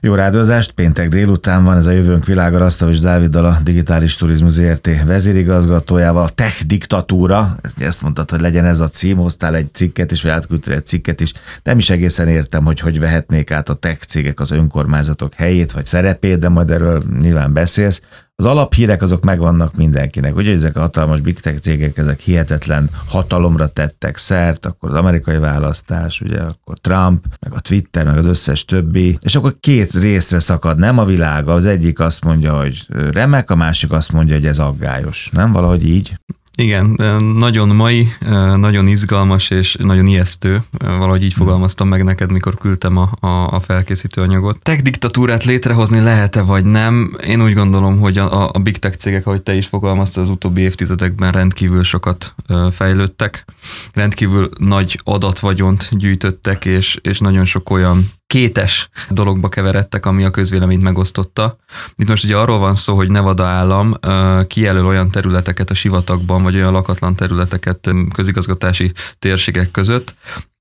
Jó rádiózást, péntek délután van, ez a Jövőnk világa, Rasztavics Dáviddal, a Digitális Turizmus Zrt. Vezérigazgatójával, a tech diktatúra, ezt mondtad, hogy legyen ez a cím, hoztál egy cikket is, vagy átküldtél egy cikket is, nem is egészen értem, hogy vehetnék át a tech cégek az önkormányzatok helyét, vagy szerepét, de majd erről nyilván beszélsz. Az alaphírek azok megvannak mindenkinek. Ugye ezek a hatalmas big tech cégek, ezek hihetetlen hatalomra tettek szert, akkor az amerikai választás, ugye akkor Trump, meg a Twitter, meg az összes többi, és akkor két részre szakad, nem a világa. Az egyik azt mondja, hogy remek, a másik azt mondja, hogy ez aggályos. Nem valahogy így? Igen, nagyon mai, nagyon izgalmas és nagyon ijesztő. Valahogy így fogalmaztam meg neked, mikor küldtem a felkészítő anyagot. Tech diktatúrát létrehozni lehet-e vagy nem? Én úgy gondolom, hogy a big tech cégek, ahogy te is fogalmaztad, az utóbbi évtizedekben rendkívül sokat fejlődtek. Rendkívül nagy adatvagyont gyűjtöttek, és nagyon sok olyan kétes dologba keveredtek, ami a közvéleményt megosztotta. Itt most ugye arról van szó, hogy Nevada állam kijelöl olyan területeket a sivatagban, vagy olyan lakatlan területeket közigazgatási térségek között,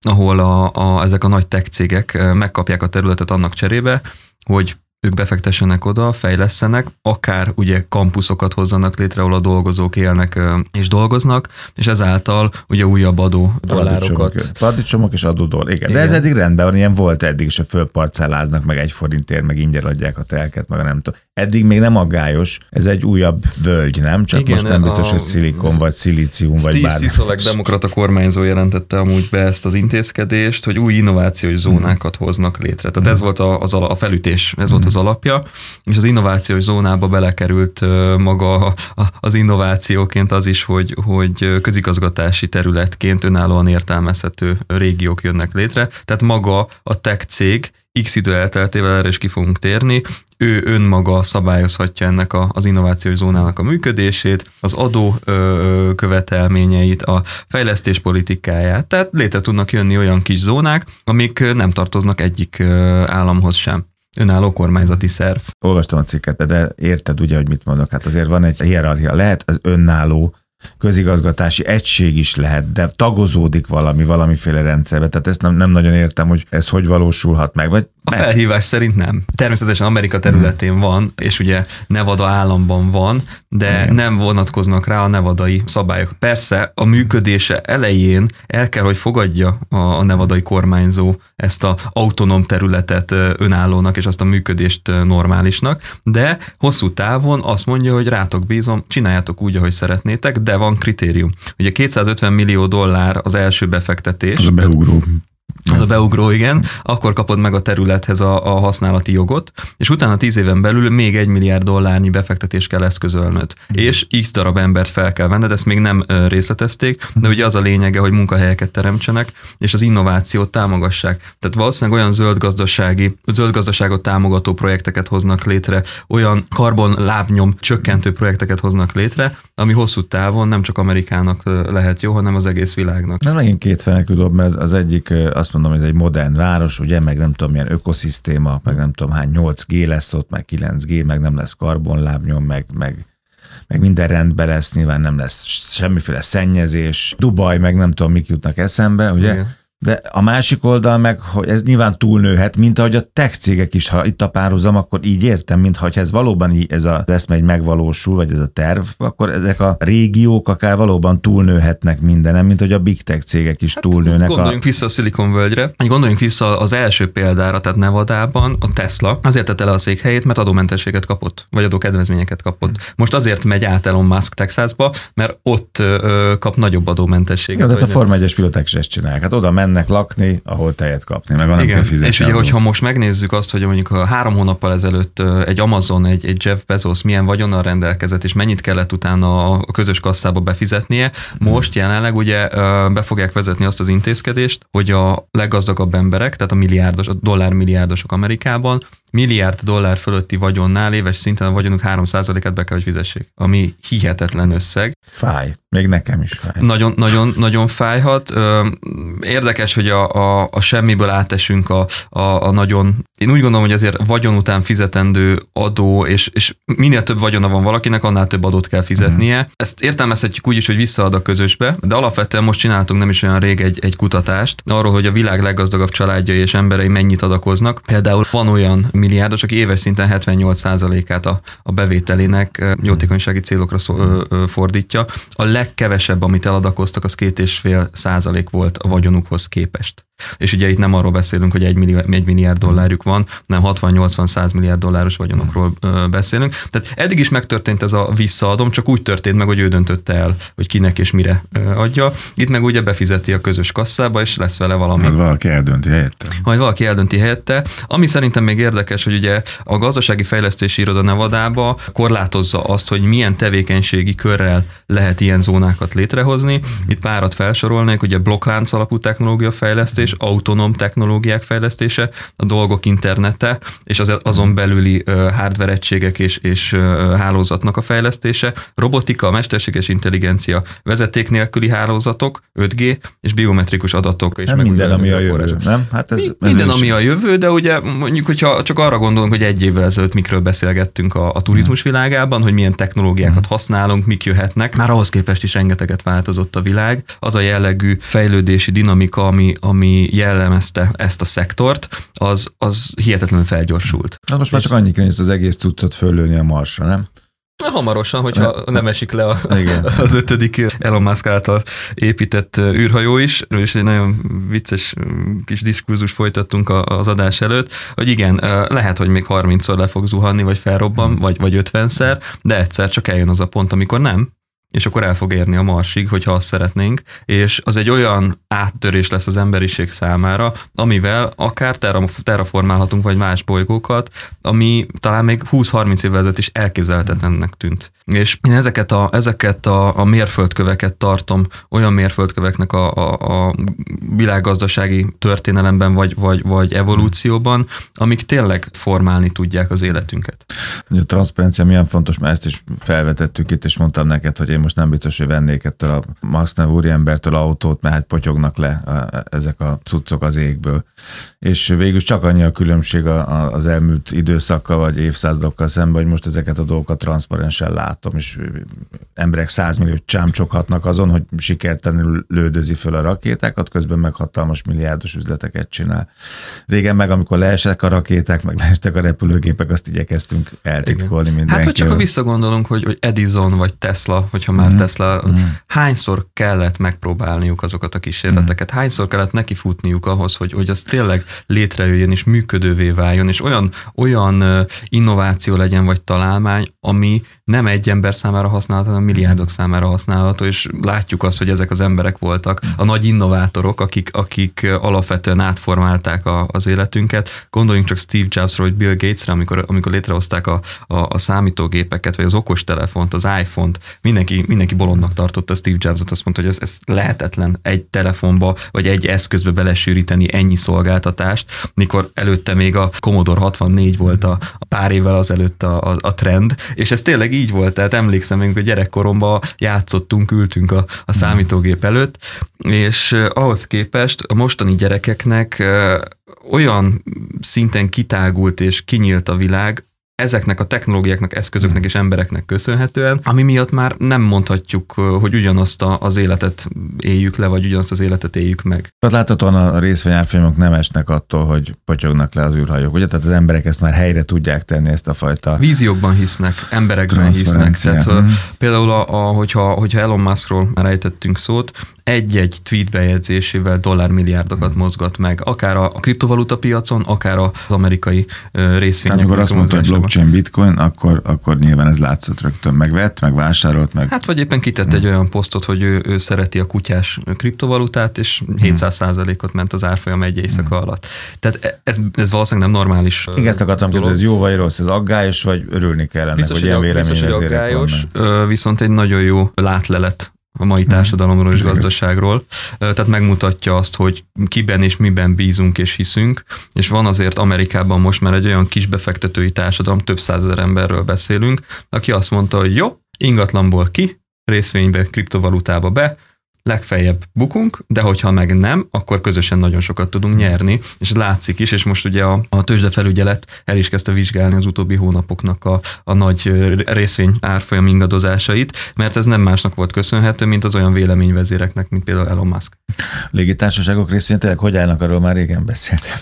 ahol ezek a nagy tech cégek megkapják a területet annak cserébe, hogy ők befektessenek oda, fejlesszenek, akár ugye kampuszokat hozzanak létre, ahol a dolgozók élnek és dolgoznak, és ezáltal ugye újabb adó dollárokat. Paradicsomok és adódollár. Igen. De ez eddig rendben van, ilyen volt eddig is, a fölparcelláznak meg 1 forintért, meg ingyen adják a telket, meg a nem tudom. Eddig még nem aggályos, ez egy újabb völgy, nem? Csak igen, most nem biztos, hogy szilikon, vagy szilícium, vagy bármi. Steve Sisolak demokrata kormányzó jelentette amúgy be ezt az intézkedést, hogy új innovációs zónákat hoznak létre. Tehát ez volt a felütés, ez volt az alapja, és az innovációs zónába belekerült maga az innovációként az is, hogy közigazgatási területként önállóan értelmezhető régiók jönnek létre. Tehát maga a tech cég X idő elteltével, erre is ki fogunk térni, ő önmaga szabályozhatja ennek az innovációs zónának a működését, az adó követelményeit, a fejlesztés politikáját, tehát létre tudnak jönni olyan kis zónák, amik nem tartoznak egyik államhoz sem. Önálló kormányzati szerv. Olvastam a cikket, de érted ugye, hogy mit mondok. Hát azért van egy hierarchia. Lehet az önálló közigazgatási egység is lehet, de tagozódik valamiféle rendszerbe. Tehát ezt nem nagyon értem, hogy ez hogy valósulhat meg. Vagy a felhívás szerint nem. Természetesen Amerika területén van, és ugye Nevada államban van, de nem vonatkoznak rá a nevadai szabályok. Persze a működése elején el kell, hogy fogadja a nevadai kormányzó ezt az autonóm területet önállónak, és azt a működést normálisnak, de hosszú távon azt mondja, hogy rátok bízom, csináljátok úgy, ahogy szeretnétek, de van kritérium. Ugye $250 millió az első befektetés. Az a beugró. Az a beugró, igen, akkor kapod meg a területhez a használati jogot, és utána 10 éven belül még $1 milliárd befektetést kell eszközölnöd. És X darab embert fel kell venned, ezt még nem részletezték, de ugye az a lényege, hogy munkahelyeket teremtsenek, és az innovációt támogassák. Tehát valószínűleg olyan zöldgazdaságot támogató projekteket hoznak létre, olyan karbonlábnyom csökkentő projekteket hoznak létre, ami hosszú távon nem csak Amerikának lehet jó, hanem az egész világnak. Nem megint két fenekű dolog, mert az egyik azt mondom, hogy ez egy modern város, ugye, meg nem tudom, milyen ökoszisztéma, meg nem tudom hány 8G lesz ott, meg 9G, meg nem lesz karbonlábnyom, meg minden rendben lesz, nyilván nem lesz semmiféle szennyezés, Dubaj, meg nem tudom, mik jutnak eszembe, ugye? Igen. De a másik oldal meg, hogy ez nyilván túlnőhet, mint ahogy a tech cégek is, ha itt a párhuzam, akkor így értem, mintha ez valóban így, ez az eszme egy megvalósul, vagy ez a terv, akkor ezek a régiók akár valóban túlnőhetnek mindenem, mint hogy a big tech cégek is túlnőnek. Gondoljunk vissza a Silicon völgyre, gondoljunk vissza az első példára, tehát Nevadában a Tesla azért tette le a székhelyét, mert adómentességet kapott, vagy adókedvezményeket kapott. Most azért megy át Elon Musk Texasba, mert ott kap nagyobb adómentességet. Ja, de a Forma 1-es piloták is ezt csinálják. Hát oda mennek lakni, ahol tejet kapni, meg nem kell fizetni. És ugye, hogyha most megnézzük azt, hogy mondjuk 3 hónappal ezelőtt egy Amazon, egy Jeff Bezos milyen vagyonnal rendelkezett, és mennyit kellett utána a közös kasszába befizetnie, most jelenleg ugye be fogják vezetni azt az intézkedést, hogy a leggazdagabb emberek, tehát a dollármilliárdosok Amerikában $1 milliárd fölötti vagyonnál éves szinten a vagyonuk 3%-át be kell, hogy fizessék, ami hihetetlen összeg. Fáj. Még nekem is fáj. Nagyon fájhat. Érdekes, hogy a semmiből átesünk a nagyon... Én úgy gondolom, hogy azért vagyon után fizetendő adó, és minél több vagyona van valakinek, annál több adót kell fizetnie. Ezt értelmezhetjük úgy is, hogy visszaad a közösbe, de alapvetően most csináltunk nem is olyan rég egy kutatást arról, hogy a világ leggazdagabb családjai és emberei mennyit adakoznak. Például van olyan milliárdos, aki éves szinten 78%-át a bevételének jótékonysági célokra fordítja. A legkevesebb, amit eladakoztak, az 2,5% volt a vagyonukhoz képest. És ugye itt nem arról beszélünk, hogy 1 milliárd dollárjuk van, nem 60-80-100 milliárd dolláros vagyonokról beszélünk. Tehát eddig is megtörtént ez a visszaadom, csak úgy történt meg, hogy ő döntötte el, hogy kinek és mire adja. Itt meg ugye befizeti a közös kasszába, és lesz vele valami. Majd valaki eldönti helyette. Ami szerintem még érdekes, hogy ugye a Gazdasági Fejlesztési Iroda Nevadába korlátozza azt, hogy milyen tevékenységi körrel lehet ilyen zónákat létrehozni. Itt párat felsorolnék, ugye blokklánc alapú technológia fejlesztés, autonóm technológiák fejlesztése, a dolgok internete, és azon belüli hardware egységek és hálózatnak a fejlesztése, robotika, mesterséges intelligencia, vezeték nélküli hálózatok, 5G és biometrikus adatok. És minden, ami a jövő, nem? Hát minden, ami a jövő, de ugye mondjuk, hogyha csak arra gondolunk, hogy egy évvel ezelőtt mikről beszélgettünk a turizmus világában, hogy milyen technológiákat használunk, mik jöhetnek, már ahhoz képest is rengeteget változott a világ. Az a jellegű fejlődési dinamika, ami jellemezte ezt a szektort, az hihetetlenül felgyorsult. Na most már csak annyi kell, hogy ezt az egész cuccot föllőni a Marsra, nem? Hamarosan, hogyha nem esik le az 5. Elon Musk által épített űrhajó is, és egy nagyon vicces kis diskurzus folytattunk az adás előtt, hogy igen, lehet, hogy még 30-szor le fog zuhanni, vagy felrobban, vagy 50-szer, de egyszer csak eljön az a pont, amikor nem, és akkor el fog érni a Marsig, hogyha azt szeretnénk, és az egy olyan áttörés lesz az emberiség számára, amivel akár terraformálhatunk, vagy más bolygókat, ami talán még 20-30 évvel ezelőtt is elképzelhetetlennek tűnt. És én ezeket a mérföldköveket tartom olyan mérföldköveknek a világgazdasági történelemben, vagy evolúcióban, amik tényleg formálni tudják az életünket. A transzparencia milyen fontos, mert ezt is felvetettük itt, és mondtam neked, hogy én most nem biztos, hogy vennék ettől a Musk nevű úriembertől autót, mert hát potyognak le ezek a cuccok az égből. És végül csak annyi a különbség az elmúlt időszakkal, vagy évszázadokkal szemben, hogy most ezeket a dolgokat transzparensen látom, és emberek 100 milliót csámcsoghatnak azon, hogy sikertelenül lődözi föl a rakétákat, közben meg hatalmas milliárdos üzleteket csinál. Régen meg, amikor leestek a rakéták, meg leestek a repülőgépek, azt igyekeztünk eltitkolni mindenki. Hát, vagy csak ha visszagondolunk, hogy Edison vagy Tesla, hogyha már Tesla, hányszor kellett megpróbálniuk azokat a kísérleteket, hányszor kellett nekifutniuk ahhoz, hogy az tényleg létrejöjjön és működővé váljon, és olyan innováció legyen, vagy találmány, ami nem egy ember számára használható, hanem milliárdok számára használható, és látjuk azt, hogy ezek az emberek voltak a nagy innovátorok, akik alapvetően átformálták az életünket. Gondoljunk csak Steve Jobsra, vagy Bill Gatesre, amikor létrehozták a számítógépeket, vagy az okostelefont, az iPhone-t, mindenki bolondnak tartotta Steve Jobsot, azt mondta, hogy ez lehetetlen egy telefonba, vagy egy eszközbe belesűríteni ennyi szolgáltatást, mikor előtte még a Commodore 64 volt a pár évvel azelőtt a trend, és ez tényleg így volt, tehát emlékszem, amikor gyerekkoromban játszottunk, ültünk a számítógép előtt, és ahhoz képest a mostani gyerekeknek olyan szinten kitágult és kinyílt a világ, ezeknek a technológiáknak, eszközöknek és embereknek köszönhetően, ami miatt már nem mondhatjuk, hogy ugyanazt az életet éljük le, vagy ugyanazt az életet éljük meg. Tehát láthatóan a részvényárfolyamok nem esnek attól, hogy potyognak le az űrhajók, ugye? Tehát az emberek ezt már helyre tudják tenni, ezt a fajta... Víziókban hisznek, emberekben hisznek. Tehát például, hogyha Elon Muskról már ejtettünk szót, egy-egy tweet bejegyzésével dollármilliárdokat mozgat meg, akár a kriptovaluta piacon, akár az amerikai részvények. Tehát amikor azt mondta, hogy blockchain, bitcoin, akkor nyilván ez látszott rögtön. Megvett, megvásárolt, meg... Hát vagy éppen kitett egy olyan posztot, hogy ő szereti a kutyás kriptovalutát, és 700%-ot ment az árfolyam egy éjszaka alatt. Tehát ez valószínűleg nem normális. Igen, ezt akartam kérdezni, ez jó vagy rossz, ez aggályos, vagy örülni kellene, biztos, hogy ilyen vélemény biztos, hogy aggályos, viszont egy nagyon jó látlelet a mai társadalomról és gazdaságról. Tehát megmutatja azt, hogy kiben és miben bízunk és hiszünk, és van azért Amerikában most már egy olyan kis befektetői társadalom, több százezer emberről beszélünk, aki azt mondta, hogy jó, ingatlanból ki, részvénybe, kriptovalutába be, legfeljebb bukunk, de hogyha meg nem, akkor közösen nagyon sokat tudunk nyerni, és ez látszik is, és most ugye a tőzsdefelügyelet el is kezdte vizsgálni az utóbbi hónapoknak a nagy részvény árfolyam ingadozásait, mert ez nem másnak volt köszönhető, mint az olyan véleményvezéreknek, mint például Elon Musk. Légitársaságok részvény tényleg hogy állnak, arról már régen beszéltem.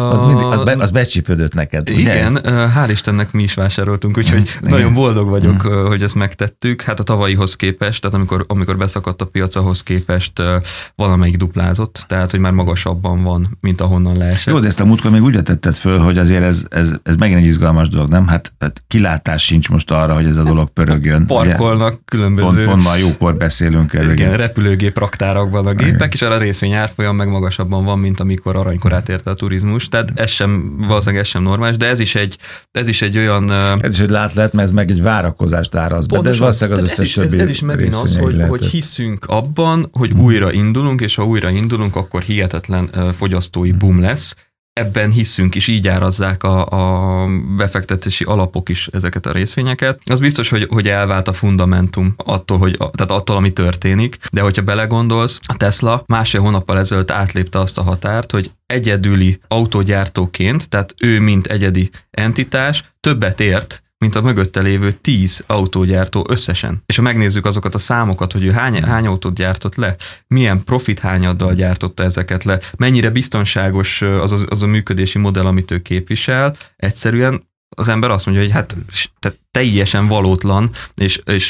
Az becsípődött neked. Igen, hál' Istennek mi is vásároltunk, úgyhogy nagyon boldog vagyok, hogy ezt megtettük. Hát a tavalyihoz képest, tehát amikor beszakadt a piac, ahhoz képest valamelyik duplázott, tehát hogy már magasabban van, mint ahonnan leesett. Jó, de ezt a múltkor még úgy vetetted föl, hogy azért ez megint egy izgalmas dolog, nem? Hát kilátás sincs most arra, hogy ez a dolog pörögjön. Parkolnak ugye? Különböző... Pont már jókor beszélünk erről. Igen, repülőgép raktárakban a gépek, és arra a részvény árfolyam meg magasabban van, mint amikor aranykorát érte a turizmus. Tehát valószínűleg ez sem normális, de ez is egy olyan... Ez is egy látlet, mert ez meg egy várakozást áraz be, de ez valószínűleg az összes többi ez is megint az, hogy hiszünk abban, hogy újra indulunk, és ha újra indulunk, akkor hihetetlen fogyasztói boom lesz. Ebben hiszünk, és így árazzák a befektetési alapok is ezeket a részvényeket. Az biztos, hogy elvált a fundamentum attól, ami történik, de hogyha belegondolsz, a Tesla másfél hónappal ezelőtt átlépte azt a határt, hogy egyedüli autógyártóként, tehát ő mint egyedi entitás többet ért, mint a mögötte lévő 10 autógyártó összesen. És ha megnézzük azokat a számokat, hogy ő hány autót gyártott le, milyen profit hányaddal gyártotta ezeket le, mennyire biztonságos az a működési modell, amit ő képvisel, egyszerűen az ember azt mondja, hogy hát teljesen valótlan, és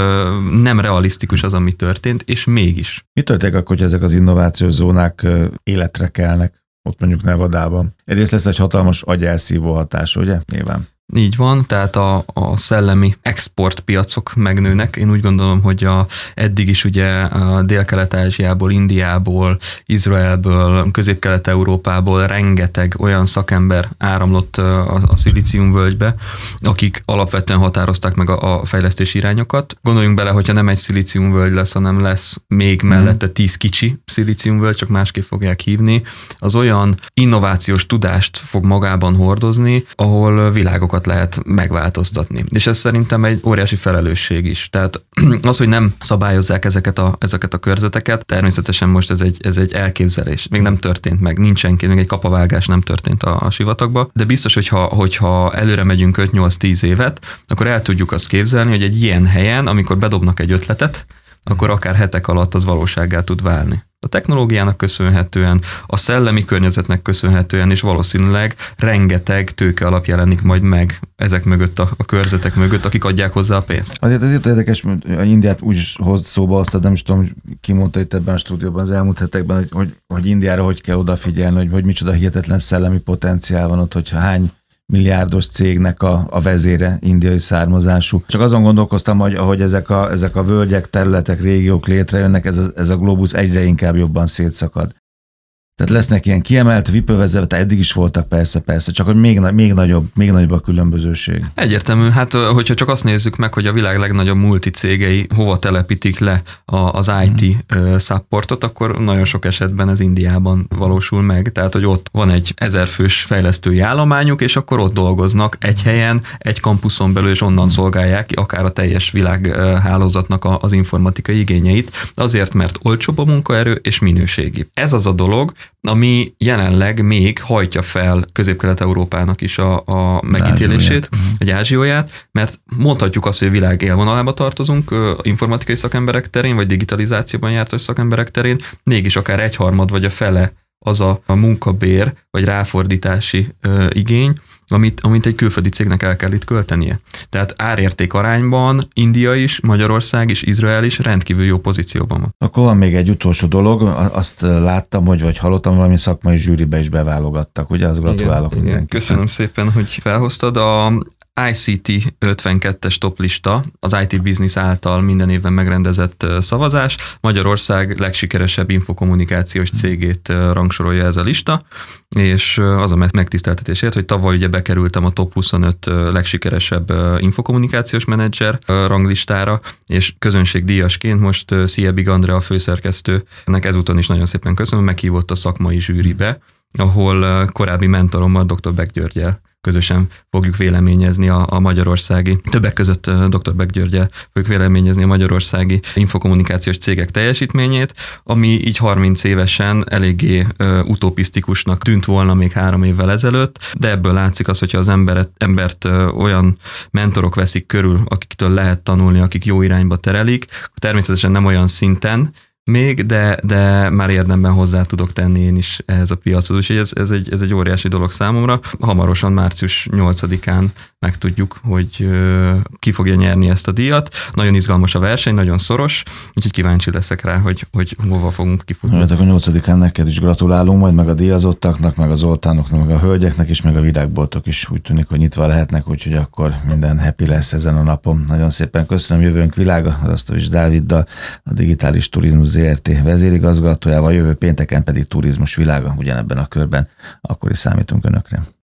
nem realisztikus az, ami történt, és mégis. Mi történik akkor, hogy ezek az innovációs zónák életre kelnek, ott mondjuk Nevadában? Egyrészt lesz egy hatalmas agyelszívó hatás, ugye? Nyilván. Így van, tehát a szellemi exportpiacok megnőnek. Én úgy gondolom, hogy eddig is ugye a Dél-Kelet-Ázsiából, Indiából, Izraelből, Közép-Kelet-Európából rengeteg olyan szakember áramlott a szilíciumvölgybe, akik alapvetően határozták meg a fejlesztési irányokat. Gondoljunk bele, hogyha nem egy szilíciumvölgy lesz, hanem lesz még mellette 10 kicsi szilíciumvölgy, csak másképp fogják hívni, az olyan innovációs tudást fog magában hordozni, ahol világokat lehet megváltoztatni. És ez szerintem egy óriási felelősség is. Tehát az, hogy nem szabályozzák ezeket a körzeteket, természetesen most ez egy elképzelés. Még nem történt meg, nincsen, még egy kapavágás nem történt a sivatagba, de biztos, hogyha előre megyünk 5-8-10 évet, akkor el tudjuk azt képzelni, hogy egy ilyen helyen, amikor bedobnak egy ötletet, akkor akár hetek alatt az valósággá tud válni. A technológiának köszönhetően, a szellemi környezetnek köszönhetően, és valószínűleg rengeteg tőke alap jelenik majd meg ezek mögött, a körzetek mögött, akik adják hozzá a pénzt. Azért ez itt érdekes, hogy Indiát úgy hoz szóba azt, nem is tudom, ki mondta itt ebben a stúdióban az elmúlt hetekben, hogy Indiára hogy kell odafigyelni, hogy micsoda hihetetlen szellemi potenciál van ott, hogyha hány milliárdos cégnek a vezére indiai származású. Csak azon gondolkoztam, hogy ahogy ezek a völgyek, területek, régiók létrejönnek, ez a globus egyre inkább jobban szétszakad. Tehát lesznek ilyen kiemelt vipövezet, eddig is voltak persze, csak hogy még nagyobb a különbözőség. Egyértelmű, hát hogyha csak azt nézzük meg, hogy a világ legnagyobb multicégei hova telepítik le az IT supportot, akkor nagyon sok esetben ez Indiában valósul meg. Tehát, hogy ott van egy 1000 fős fejlesztői állományuk, és akkor ott dolgoznak egy helyen, egy kampuszon belül, és onnan szolgálják ki akár a teljes világhálózatnak az informatikai igényeit, azért, mert olcsóbb a munkaerő és minőségi. Ez az a dolog, ami jelenleg még hajtja fel Közép-Kelet-Európának is a megítélését, vagy ázsióját, mert mondhatjuk azt, hogy a világ élvonalába tartozunk informatikai szakemberek terén, vagy digitalizációban jártas szakemberek terén, mégis akár 1/3 vagy a fele az a munkabér, vagy ráfordítási igény, amit egy külföldi cégnek el kell itt költenie. Tehát árérték arányban India is, Magyarország is, Izrael is rendkívül jó pozícióban van. Akkor van még egy utolsó dolog, azt láttam, vagy hallottam, valami szakmai zsűribe is beválogattak, ugye? Az gratulálok mindenkinek. Köszönöm szépen, hogy felhoztad. A ICT 52-es toplista, az IT Business által minden évben megrendezett szavazás. Magyarország legsikeresebb infokommunikációs cégét rangsorolja ez a lista, és az a megtiszteltetésért, hogy tavaly ugye bekerültem a top 25 legsikeresebb infokommunikációs menedzser ranglistára, és közönségdíjasként most Sziebig Andrea a főszerkesztőnek ezúton is nagyon szépen köszönöm, meghívott a szakmai zsűribe, ahol korábbi mentorommal, dr. Beck Györggyel közösen fogjuk véleményezni a magyarországi, többek között dr. Beck Györggyel fogjuk véleményezni a magyarországi infokommunikációs cégek teljesítményét, ami így 30 évesen eléggé utopisztikusnak tűnt volna még 3 évvel ezelőtt, de ebből látszik az, hogyha az embert olyan mentorok veszik körül, akiktől lehet tanulni, akik jó irányba terelik, természetesen nem olyan szinten még, de már érdemben hozzá tudok tenni én is ehhez a piachoz. Úgyhogy ez egy óriási dolog számomra. Hamarosan március 8-án megtudjuk, hogy ki fogja nyerni ezt a díjat. Nagyon izgalmas a verseny, nagyon szoros, úgyhogy kíváncsi leszek rá, hogy hova fogunk kifutni. A 8-án neked is gratulálunk, majd meg a díjazottaknak, meg a Zoltánoknak, meg a hölgyeknek is, meg a virágboltok is úgy tűnik, hogy nyitva lehetnek, úgyhogy akkor minden happy lesz ezen a napon. Nagyon szépen köszönöm. Jövőnk világa, Arasztovics Dáviddal, a Digitális Turizmus ZRT vezérigazgatójával, jövő pénteken pedig Turizmus világa ugyanebben a körben. Akkor is számítunk önökre.